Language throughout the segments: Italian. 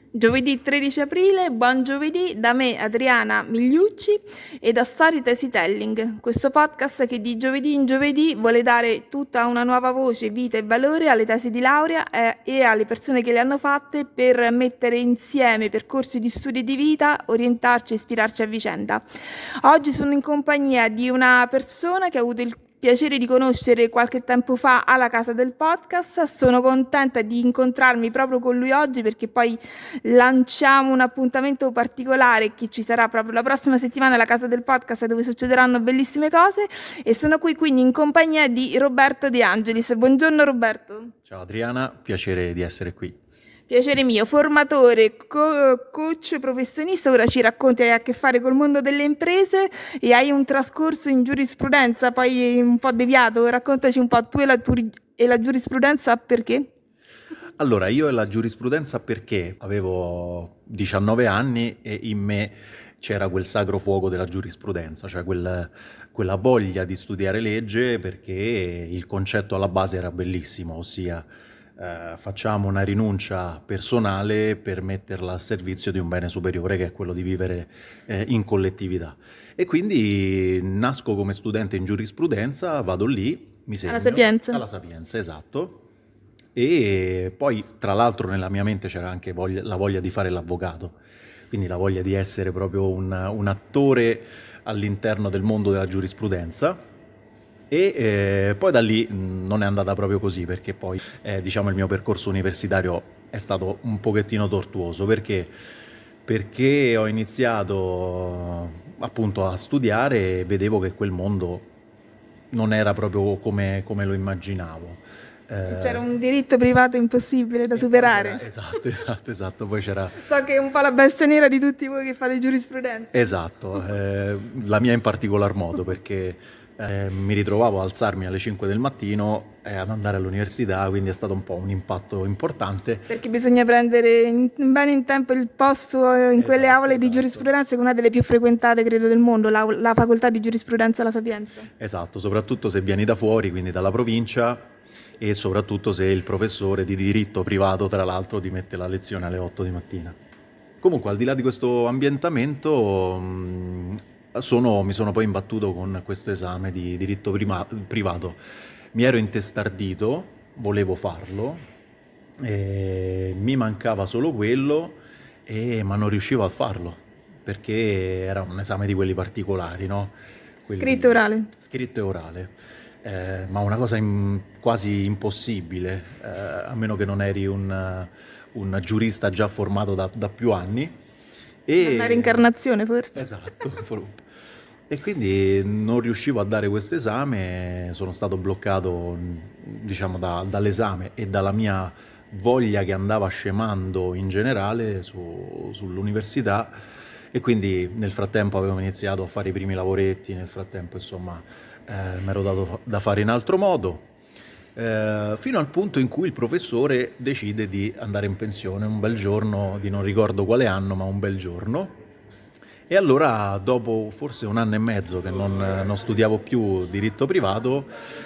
Giovedì 13 aprile, buon giovedì da me Adriana Migliucci e da Storytelling, questo podcast che di giovedì in giovedì vuole dare tutta una nuova voce, vita e valore alle tesi di laurea e alle persone che le hanno fatte per mettere insieme percorsi di studio e di vita, orientarci e ispirarci a vicenda. Oggi sono in compagnia di una persona che ha avuto il piacere di conoscere qualche tempo fa alla casa del podcast. Sono contenta di incontrarmi proprio con lui oggi perché poi lanciamo un appuntamento particolare che ci sarà proprio la prossima settimana alla casa del podcast, dove succederanno bellissime cose, e sono qui quindi in compagnia di Roberto De Angelis. Buongiorno Roberto. Ciao Adriana, piacere di essere qui. Piacere mio, formatore, coach professionista, ora ci racconti, hai a che fare col mondo delle imprese e hai un trascorso in giurisprudenza, poi un po' deviato, raccontaci un po' tu e la giurisprudenza perché? Allora, io e la giurisprudenza perché avevo 19 anni e in me c'era quel sacro fuoco della giurisprudenza, cioè quella voglia di studiare legge, perché il concetto alla base era bellissimo, ossia facciamo una rinuncia personale per metterla al servizio di un bene superiore, che è quello di vivere in collettività. E quindi nasco come studente in giurisprudenza, vado lì, mi segno. Alla Sapienza, esatto. E poi, tra l'altro, nella mia mente c'era anche la voglia di fare l'avvocato, quindi la voglia di essere proprio un attore all'interno del mondo della giurisprudenza. E poi da lì non è andata proprio così, perché poi diciamo il mio percorso universitario è stato un pochettino tortuoso, perché ho iniziato appunto a studiare e vedevo che quel mondo non era proprio come lo immaginavo. C'era un diritto privato impossibile da superare. Esatto, poi c'era... So che è un po' la bestia nera di tutti voi che fate giurisprudenza. Esatto, la mia in particolar modo, perché mi ritrovavo a alzarmi alle 5 del mattino e ad andare all'università, quindi è stato un po' un impatto importante. Perché bisogna prendere bene in tempo il posto in quelle aule di giurisprudenza, che è una delle più frequentate, credo, del mondo, la facoltà di giurisprudenza alla Sapienza. Esatto, soprattutto se vieni da fuori, quindi dalla provincia, e soprattutto se il professore di diritto privato, tra l'altro, ti mette la lezione alle 8 di mattina. Comunque, al di là di questo ambientamento, mi sono poi imbattuto con questo esame di diritto privato. Mi ero intestardito, volevo farlo, mi mancava solo quello, ma non riuscivo a farlo, perché era un esame di quelli particolari, no? Scritto e orale. Scritto e orale. Ma una cosa quasi impossibile, a meno che non eri un giurista già formato da più anni. Una reincarnazione forse. Esatto. E quindi non riuscivo a dare questo esame, sono stato bloccato, diciamo, dall'esame e dalla mia voglia che andava scemando in generale sull'università, e quindi nel frattempo avevo iniziato a fare i primi lavoretti, nel frattempo insomma mi ero dato da fare in altro modo, fino al punto in cui il professore decide di andare in pensione un bel giorno, di non ricordo quale anno, ma un bel giorno. E allora, dopo forse un anno e mezzo che non studiavo più diritto privato,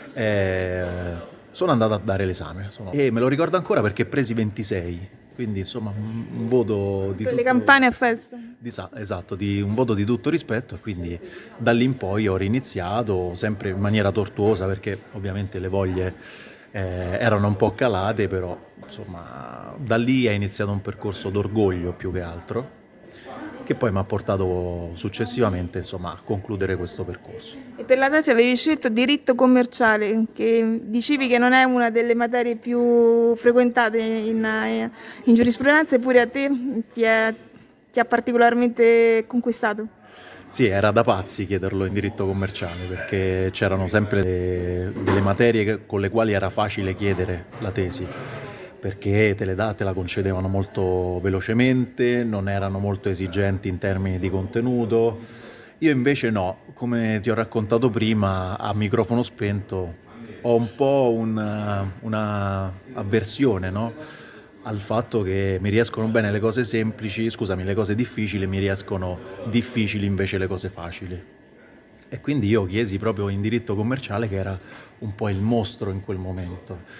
sono andato a dare l'esame. E me lo ricordo ancora perché presi 26, quindi insomma un voto di tutto... Le campane a festa. Esatto, di un voto di tutto rispetto, e quindi da lì in poi ho riniziato, sempre in maniera tortuosa, perché ovviamente le voglie erano un po' calate, però insomma da lì è iniziato un percorso d'orgoglio più che altro, che poi mi ha portato successivamente insomma a concludere questo percorso. E per la tesi avevi scelto diritto commerciale, che dicevi che non è una delle materie più frequentate in giurisprudenza, eppure a te ti ha particolarmente conquistato. Sì, era da pazzi chiederlo in diritto commerciale, perché c'erano sempre delle materie con le quali era facile chiedere la tesi, perché te la concedevano molto velocemente, non erano molto esigenti in termini di contenuto. Io invece no, come ti ho raccontato prima, a microfono spento, ho un po' una avversione, no? Al fatto che mi riescono bene le cose semplici, le cose difficili, mi riescono difficili invece le cose facili. E quindi io chiesi proprio in diritto commerciale, che era un po' il mostro in quel momento.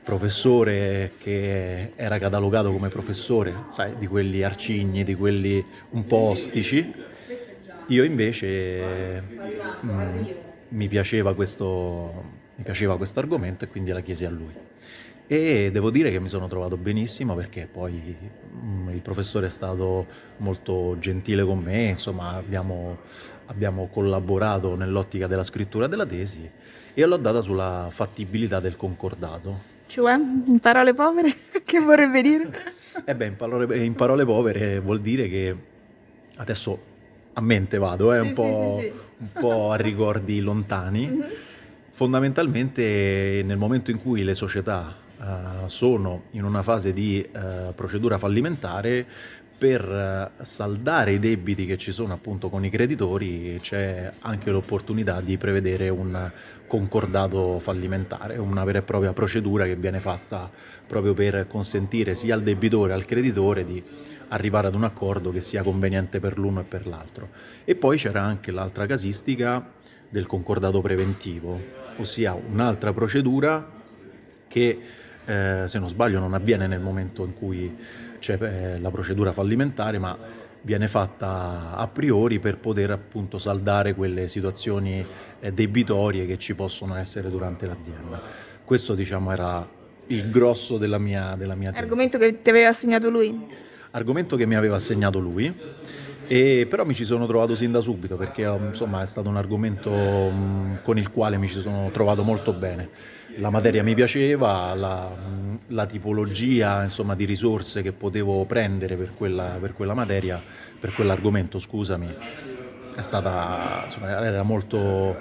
professore che era catalogato come professore, sai, di quelli arcigni, di quelli un po' ostici. Io invece mi piaceva questo argomento e quindi la chiesi a lui. E devo dire che mi sono trovato benissimo perché poi il professore è stato molto gentile con me, insomma abbiamo collaborato nell'ottica della scrittura della tesi e l'ho data sulla fattibilità del concordato. Cioè, in parole povere, che vorrebbe dire? In parole povere vuol dire che adesso a mente vado, Sì, sì. un po' a ricordi lontani. Fondamentalmente nel momento in cui le società sono in una fase di procedura fallimentare, per saldare i debiti che ci sono appunto con i creditori c'è anche l'opportunità di prevedere un concordato fallimentare, una vera e propria procedura che viene fatta proprio per consentire sia al debitore che al creditore di arrivare ad un accordo che sia conveniente per l'uno e per l'altro. E poi c'era anche l'altra casistica del concordato preventivo, ossia un'altra procedura che se non sbaglio non avviene nel momento in cui c'è la procedura fallimentare, ma viene fatta a priori per poter appunto saldare quelle situazioni debitorie che ci possono essere durante l'azienda. Questo diciamo era il grosso della mia tesi. Argomento che ti aveva assegnato lui. Argomento che mi aveva assegnato lui, e però mi ci sono trovato sin da subito perché insomma è stato un argomento con il quale mi ci sono trovato molto bene. La materia mi piaceva, la tipologia insomma di risorse che potevo prendere per quella materia, per quell'argomento, scusami, è stata insomma, era molto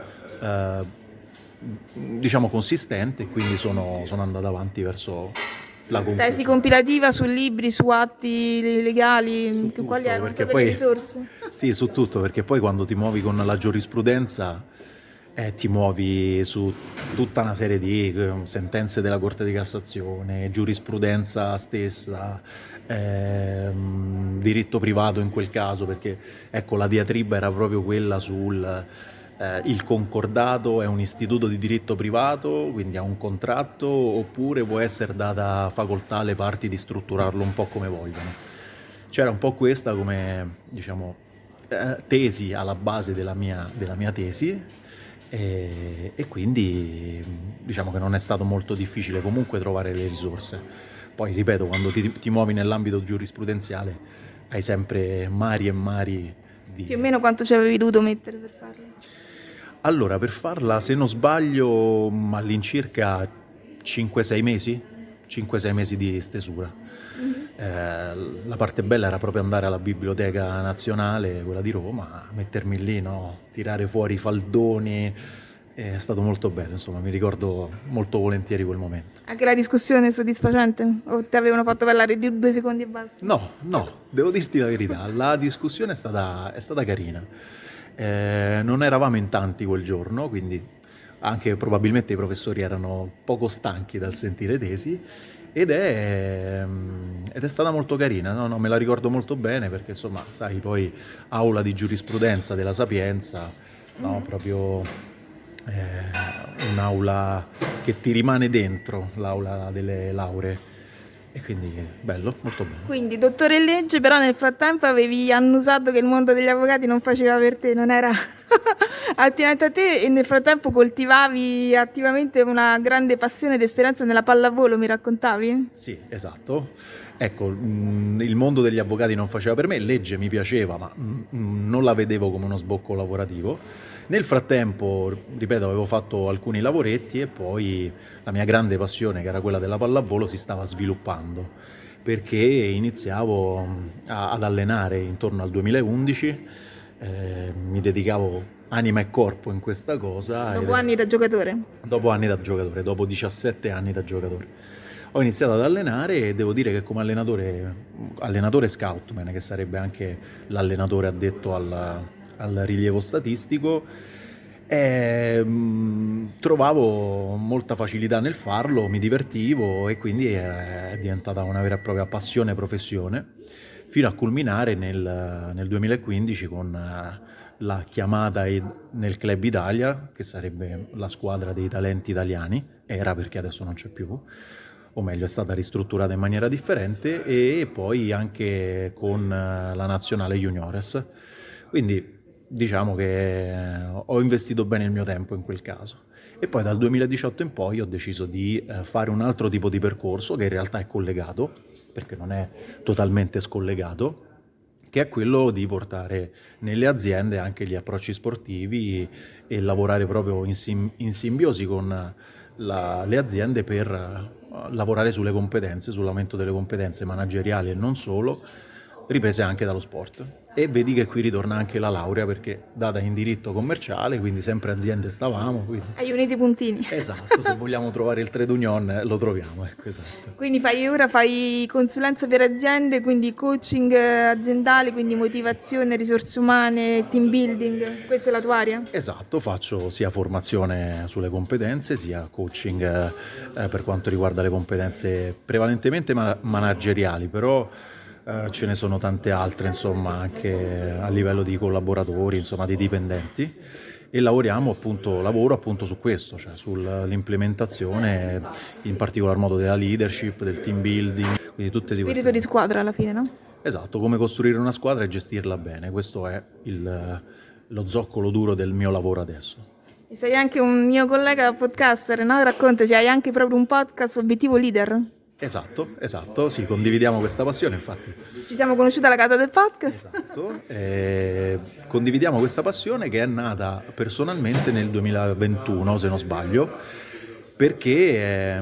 diciamo consistente, quindi sono andato avanti verso la conclusione. Tesi compilativa su libri, su atti legali, Su quali tutto, erano perché state le poi risorse? sì, su tutto, perché poi quando ti muovi con la giurisprudenza ti muovi su tutta una serie di sentenze della Corte di Cassazione, giurisprudenza stessa, diritto privato in quel caso, perché ecco la diatriba era proprio quella sul il concordato è un istituto di diritto privato, quindi ha un contratto, oppure può essere data facoltà alle parti di strutturarlo un po' come vogliono. C'era un po' questa come, diciamo, tesi alla base della mia tesi e quindi diciamo che non è stato molto difficile comunque trovare le risorse. Poi, ripeto, quando ti muovi nell'ambito giurisprudenziale hai sempre mari e mari di... Più o meno quanto ci avevi dovuto mettere per farlo? Allora, per farla, se non sbaglio, all'incirca 5-6 mesi, 5-6 mesi di stesura. La parte bella era proprio andare alla Biblioteca Nazionale, quella di Roma, mettermi lì, no? Tirare fuori i faldoni, è stato molto bello, insomma, mi ricordo molto volentieri quel momento. Anche la discussione è soddisfacente? O ti avevano fatto parlare di 2 secondi e basta? No, devo dirti la verità, la discussione è stata carina. Non eravamo in tanti quel giorno, quindi anche probabilmente i professori erano poco stanchi dal sentire tesi ed è stata molto carina, no, me la ricordo molto bene perché insomma, sai, poi aula di giurisprudenza della Sapienza, no, proprio un'aula che ti rimane dentro, l'aula delle lauree. E quindi bello, molto bello. Quindi, dottore in legge, però nel frattempo avevi annusato che il mondo degli avvocati non faceva per te, non era attinente a te e nel frattempo coltivavi attivamente una grande passione ed esperienza nella pallavolo, mi raccontavi? Sì, esatto. Ecco, il mondo degli avvocati non faceva per me, legge mi piaceva, ma non la vedevo come uno sbocco lavorativo. Nel frattempo, ripeto, avevo fatto alcuni lavoretti e poi la mia grande passione, che era quella della pallavolo, si stava sviluppando perché iniziavo ad allenare intorno al 2011, mi dedicavo anima e corpo in questa cosa. Dopo anni da giocatore? Dopo anni da giocatore, dopo 17 anni da giocatore. Ho iniziato ad allenare e devo dire che come allenatore scoutman, che sarebbe anche l'allenatore addetto al rilievo statistico, trovavo molta facilità nel farlo, mi divertivo e quindi è diventata una vera e propria passione e professione, fino a culminare nel 2015 con la chiamata nel Club Italia, che sarebbe la squadra dei talenti italiani, era perché adesso non c'è più, o meglio è stata ristrutturata in maniera differente, e poi anche con la nazionale juniores. Quindi diciamo che ho investito bene il mio tempo in quel caso. E poi dal 2018 in poi ho deciso di fare un altro tipo di percorso che in realtà è collegato, perché non è totalmente scollegato, che è quello di portare nelle aziende anche gli approcci sportivi e lavorare proprio in simbiosi con le aziende per lavorare sulle competenze, sull'aumento delle competenze manageriali e non solo, riprese anche dallo sport. E vedi che qui ritorna anche la laurea, perché data in diritto commerciale, quindi sempre aziende stavamo. Quindi... Hai unito i puntini. Esatto, se vogliamo trovare il trade union lo troviamo, ecco, esatto. Quindi fai consulenza per aziende, quindi coaching aziendale, quindi motivazione, risorse umane, team building, questa è la tua area? Esatto, faccio sia formazione sulle competenze, sia coaching per quanto riguarda le competenze prevalentemente manageriali, però ce ne sono tante altre, insomma, anche a livello di collaboratori, insomma, di dipendenti, e lavoro appunto su questo, cioè sull'implementazione, in particolar modo della leadership, del team building, quindi tutte di queste. Spirito di squadra alla fine, no? Esatto, come costruire una squadra e gestirla bene, questo è lo zoccolo duro del mio lavoro adesso. E sei anche un mio collega podcaster, no? Raccontaci, hai anche proprio un podcast Obiettivo Leader? Esatto, sì, condividiamo questa passione, infatti. Ci siamo conosciuti alla casa del podcast. Esatto, condividiamo questa passione che è nata personalmente nel 2021, se non sbaglio, perché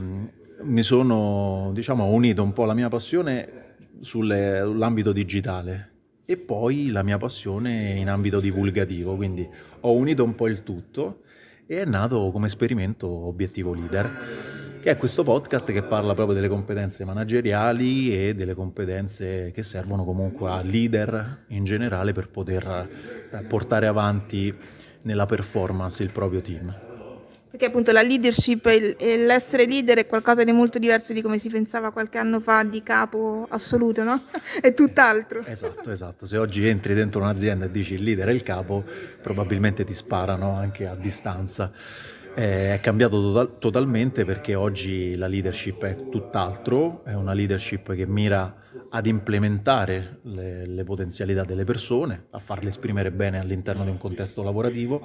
mi sono, diciamo, unito un po' la mia passione sull'ambito digitale e poi la mia passione in ambito divulgativo, quindi ho unito un po' il tutto e è nato come esperimento Obiettivo Leader, che è questo podcast che parla proprio delle competenze manageriali e delle competenze che servono comunque a leader in generale per poter portare avanti nella performance il proprio team. Perché appunto la leadership e l'essere leader è qualcosa di molto diverso di come si pensava qualche anno fa di capo assoluto, no? È tutt'altro. Esatto. Se oggi entri dentro un'azienda e dici il leader è il capo, probabilmente ti sparano anche a distanza. È cambiato totalmente, perché oggi la leadership è tutt'altro, è una leadership che mira ad implementare le potenzialità delle persone, a farle esprimere bene all'interno di un contesto lavorativo,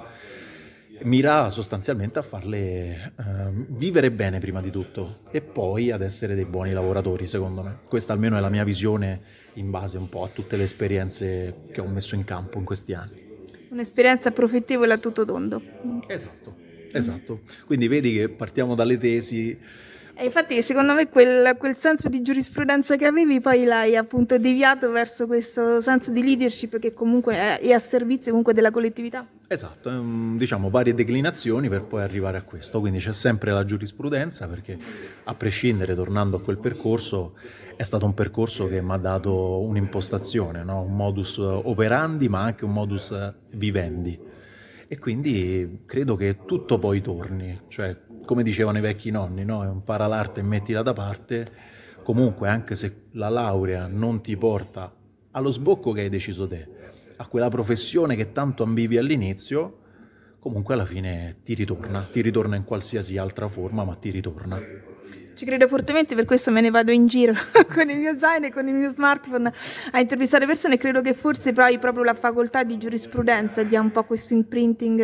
mira sostanzialmente a farle vivere bene prima di tutto e poi ad essere dei buoni lavoratori, secondo me. Questa almeno è la mia visione in base un po' a tutte le esperienze che ho messo in campo in questi anni. Un'esperienza profittevole a tutto tondo. Esatto, quindi vedi che partiamo dalle tesi. E infatti secondo me quel senso di giurisprudenza che avevi poi l'hai appunto deviato verso questo senso di leadership che comunque è a servizio comunque della collettività. Esatto, diciamo varie declinazioni per poi arrivare a questo, quindi c'è sempre la giurisprudenza, perché a prescindere, tornando a quel percorso, è stato un percorso che mi ha dato un'impostazione, no? Un modus operandi, ma anche un modus vivendi. E quindi credo che tutto poi torni, cioè come dicevano i vecchi nonni, no? Impara l'arte e mettila da parte, comunque anche se la laurea non ti porta allo sbocco che hai deciso te, a quella professione che tanto ambivi all'inizio, comunque alla fine ti ritorna in qualsiasi altra forma, ma ti ritorna. Ci credo fortemente, per questo me ne vado in giro con il mio zaino e con il mio smartphone a intervistare persone, e credo che forse poi proprio la facoltà di giurisprudenza dia un po' questo imprinting,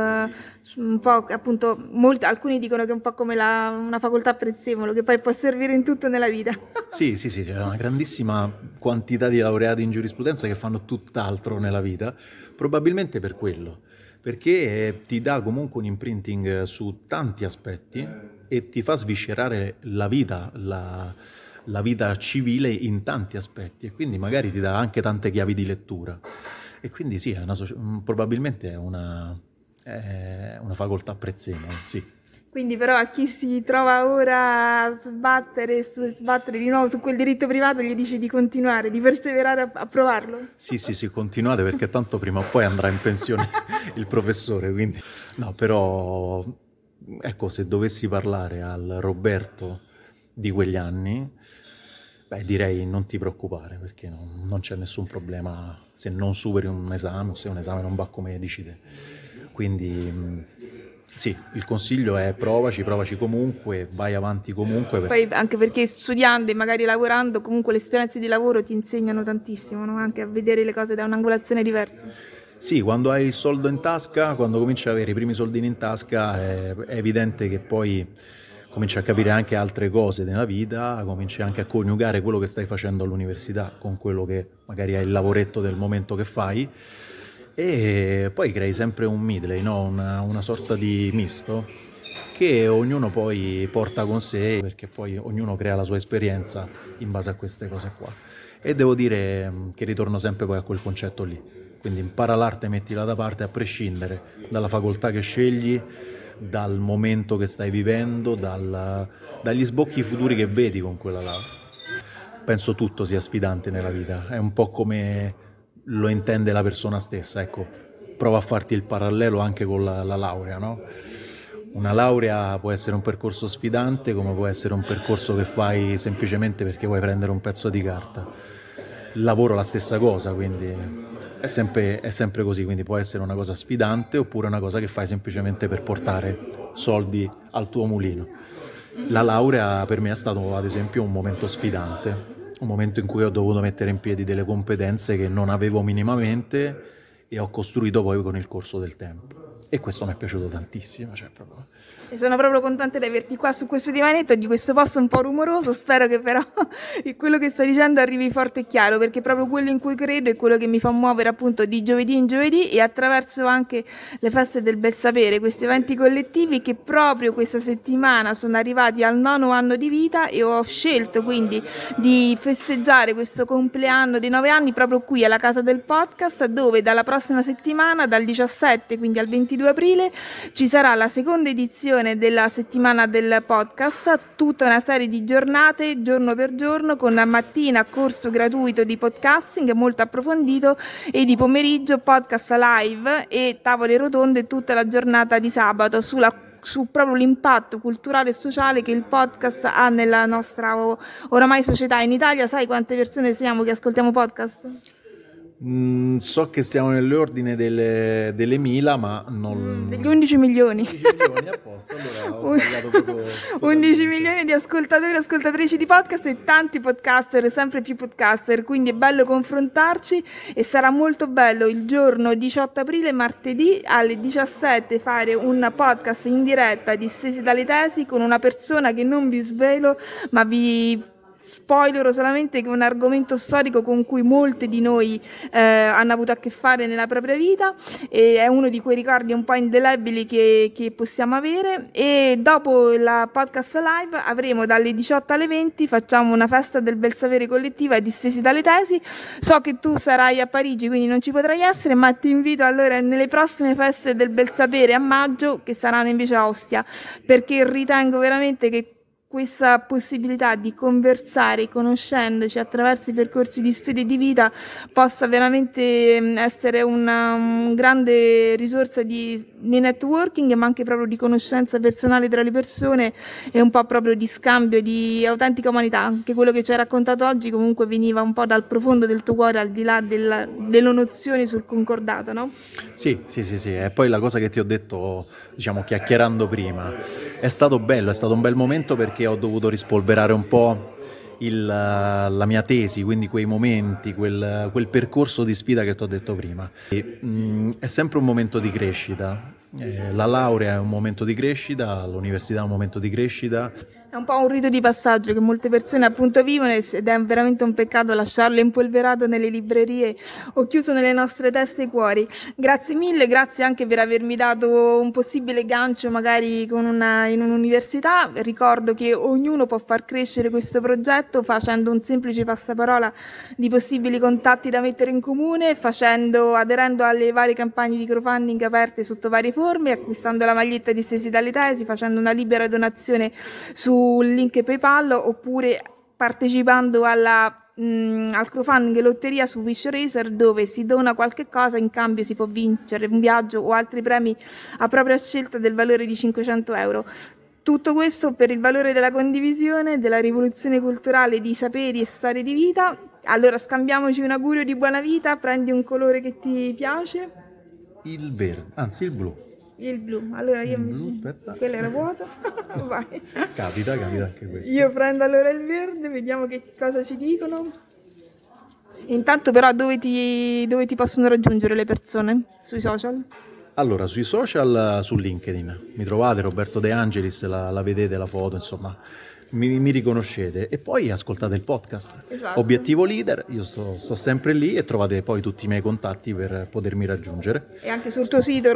un po' appunto, alcuni dicono che è un po' come una facoltà prezzemolo, che poi può servire in tutto nella vita. Sì, c'è una grandissima quantità di laureati in giurisprudenza che fanno tutt'altro nella vita, probabilmente per quello, perché ti dà comunque un imprinting su tanti aspetti e ti fa sviscerare la vita, la vita civile in tanti aspetti, e quindi magari ti dà anche tante chiavi di lettura. E quindi sì, probabilmente è una facoltà prezzemolo, sì. Quindi però a chi si trova ora a sbattere di nuovo su quel diritto privato gli dice di continuare, di perseverare a provarlo? Sì, continuate, perché tanto prima o poi andrà in pensione il professore, quindi no, però ecco, se dovessi parlare al Roberto di quegli anni, direi non ti preoccupare, perché non c'è nessun problema se non superi un esame o se un esame non va come dici te. Quindi Sì, il consiglio è provaci comunque, vai avanti comunque. Poi anche perché studiando e magari lavorando, comunque le esperienze di lavoro ti insegnano tantissimo, no? Anche a vedere le cose da un'angolazione diversa. Sì, quando hai il soldo in tasca, quando cominci ad avere i primi soldini in tasca, è evidente che poi cominci a capire anche altre cose nella vita, cominci anche a coniugare quello che stai facendo all'università con quello che magari è il lavoretto del momento che fai, e poi crei sempre un midley, no? Una sorta di misto che ognuno poi porta con sé, perché poi ognuno crea la sua esperienza in base a queste cose qua. E devo dire che ritorno sempre poi a quel concetto lì. Quindi impara l'arte e mettila da parte a prescindere dalla facoltà che scegli, dal momento che stai vivendo, dagli sbocchi futuri che vedi con quella laurea. Penso tutto sia sfidante nella vita, è un po' come lo intende la persona stessa, ecco, prova a farti il parallelo anche con la laurea, no? Una laurea può essere un percorso sfidante, come può essere un percorso che fai semplicemente perché vuoi prendere un pezzo di carta. Il lavoro è la stessa cosa, quindi è sempre così, quindi può essere una cosa sfidante oppure una cosa che fai semplicemente per portare soldi al tuo mulino. La laurea per me è stato ad esempio un momento sfidante, un momento in cui ho dovuto mettere in piedi delle competenze che non avevo minimamente e ho costruito poi con il corso del tempo. E questo mi è piaciuto tantissimo, cioè proprio... E sono proprio contenta di averti qua su questo divanetto, di questo posto un po' rumoroso. Spero che però quello che stai dicendo arrivi forte e chiaro, perché è proprio quello in cui credo e quello che mi fa muovere appunto di giovedì in giovedì, e attraverso anche le feste del bel sapere, questi eventi collettivi che proprio questa settimana sono arrivati al 9° anno di vita, e ho scelto quindi di festeggiare questo compleanno dei 9 anni proprio qui alla Casa del Podcast, dove dalla prossima settimana, dal 17 quindi al 22 aprile, ci sarà la seconda edizione della settimana del podcast, tutta una serie di giornate giorno per giorno, con la mattina corso gratuito di podcasting molto approfondito, e di pomeriggio podcast live e tavole rotonde tutta la giornata di sabato su proprio l'impatto culturale e sociale che il podcast ha nella nostra oramai società. In Italia sai quante persone siamo che ascoltiamo podcast? So che stiamo nell'ordine delle 1000, ma non... Degli 11 milioni. 11 milioni a posto, allora ho sbagliato proprio 11 milioni di ascoltatori e ascoltatrici di podcast, e tanti podcaster, sempre più podcaster, quindi è bello confrontarci, e sarà molto bello il giorno 18 aprile, martedì alle 17, fare un podcast in diretta distesi dalle tesi con una persona che non vi svelo, ma vi spoilerò solamente che è un argomento storico con cui molti di noi hanno avuto a che fare nella propria vita, e è uno di quei ricordi un po' indelebili che possiamo avere. E dopo la podcast live avremo dalle 18 alle 20, facciamo una festa del bel sapere collettiva distesi dalle tesi. So che tu sarai a Parigi, quindi non ci potrai essere, ma ti invito allora nelle prossime feste del bel sapere a maggio, che saranno invece a Ostia, perché ritengo veramente che questa possibilità di conversare conoscendoci attraverso i percorsi di studio e di vita possa veramente essere una grande risorsa di networking, ma anche proprio di conoscenza personale tra le persone, e un po' proprio di scambio di autentica umanità. Anche quello che ci hai raccontato oggi comunque veniva un po' dal profondo del tuo cuore, al di là delle nozioni sul concordato, no? Sì, e poi la cosa che ti ho detto, diciamo, chiacchierando prima, è stato bello, è stato un bel momento perché ho dovuto rispolverare un po' la mia tesi, quindi quei momenti, quel percorso di sfida che ti ho detto prima. È sempre un momento di crescita, la laurea è un momento di crescita, l'università è un momento di crescita. È un po' un rito di passaggio che molte persone appunto vivono, ed è veramente un peccato lasciarlo impolverato nelle librerie o chiuso nelle nostre teste e cuori. Grazie mille, grazie anche per avermi dato un possibile gancio magari in un'università. Ricordo che ognuno può far crescere questo progetto facendo un semplice passaparola di possibili contatti da mettere in comune, aderendo alle varie campagne di crowdfunding aperte sotto varie forme, acquistando la maglietta di Stesi dalle Tesi, facendo una libera donazione sul link PayPal, oppure partecipando al crowdfunding lotteria su Wish Racer, dove si dona qualche cosa, in cambio si può vincere un viaggio o altri premi a propria scelta del valore di 500 euro. Tutto questo per il valore della condivisione, della rivoluzione culturale di saperi e storie di vita. Allora scambiamoci un augurio di buona vita, prendi un colore che ti piace. Il verde, anzi il blu. Il blu. Allora io aspetta. quello era vuoto. Vai. Capita anche questo. Io prendo allora il verde, vediamo che cosa ci dicono. Intanto però dove ti possono raggiungere le persone? Sui social? Allora, sui social, su LinkedIn, mi trovate Roberto De Angelis, la vedete la foto, insomma, mi riconoscete. E poi ascoltate il podcast. Esatto. Obiettivo Leader, io sto sempre lì e trovate poi tutti i miei contatti per potermi raggiungere. E anche sul tuo sito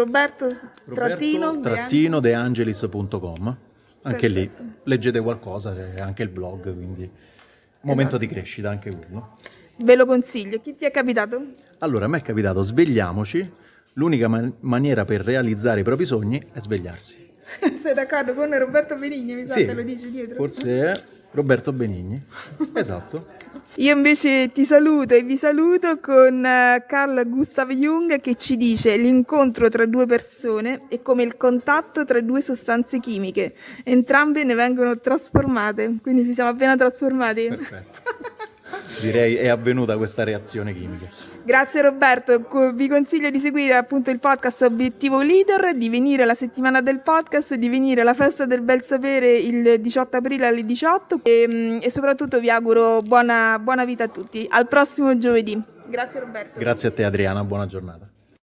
Roberto-deangelis.com. Anche lì Perfetto. leggete qualcosa, c'è anche il blog, quindi momento di crescita anche quello. Ve lo consiglio. Chi ti è capitato? Allora, a me è capitato Svegliamoci, l'unica maniera per realizzare i propri sogni è svegliarsi. Sei d'accordo con Roberto Benigni? Mi sa, Sì, te lo dici dietro. forse è Roberto Benigni. Esatto. Io invece ti saluto e vi saluto con Carl Gustav Jung che ci dice: l'incontro tra due persone è come il contatto tra due sostanze chimiche, entrambe ne vengono trasformate, quindi ci siamo appena trasformati. Perfetto. Direi è avvenuta questa reazione chimica. Grazie Roberto, vi consiglio di seguire appunto il podcast Obiettivo Leader, di venire alla settimana del podcast, di venire alla festa del bel sapere il 18 aprile alle 18 e soprattutto vi auguro buona vita a tutti. Al prossimo giovedì. Grazie Roberto. Grazie a te Adriana, buona giornata.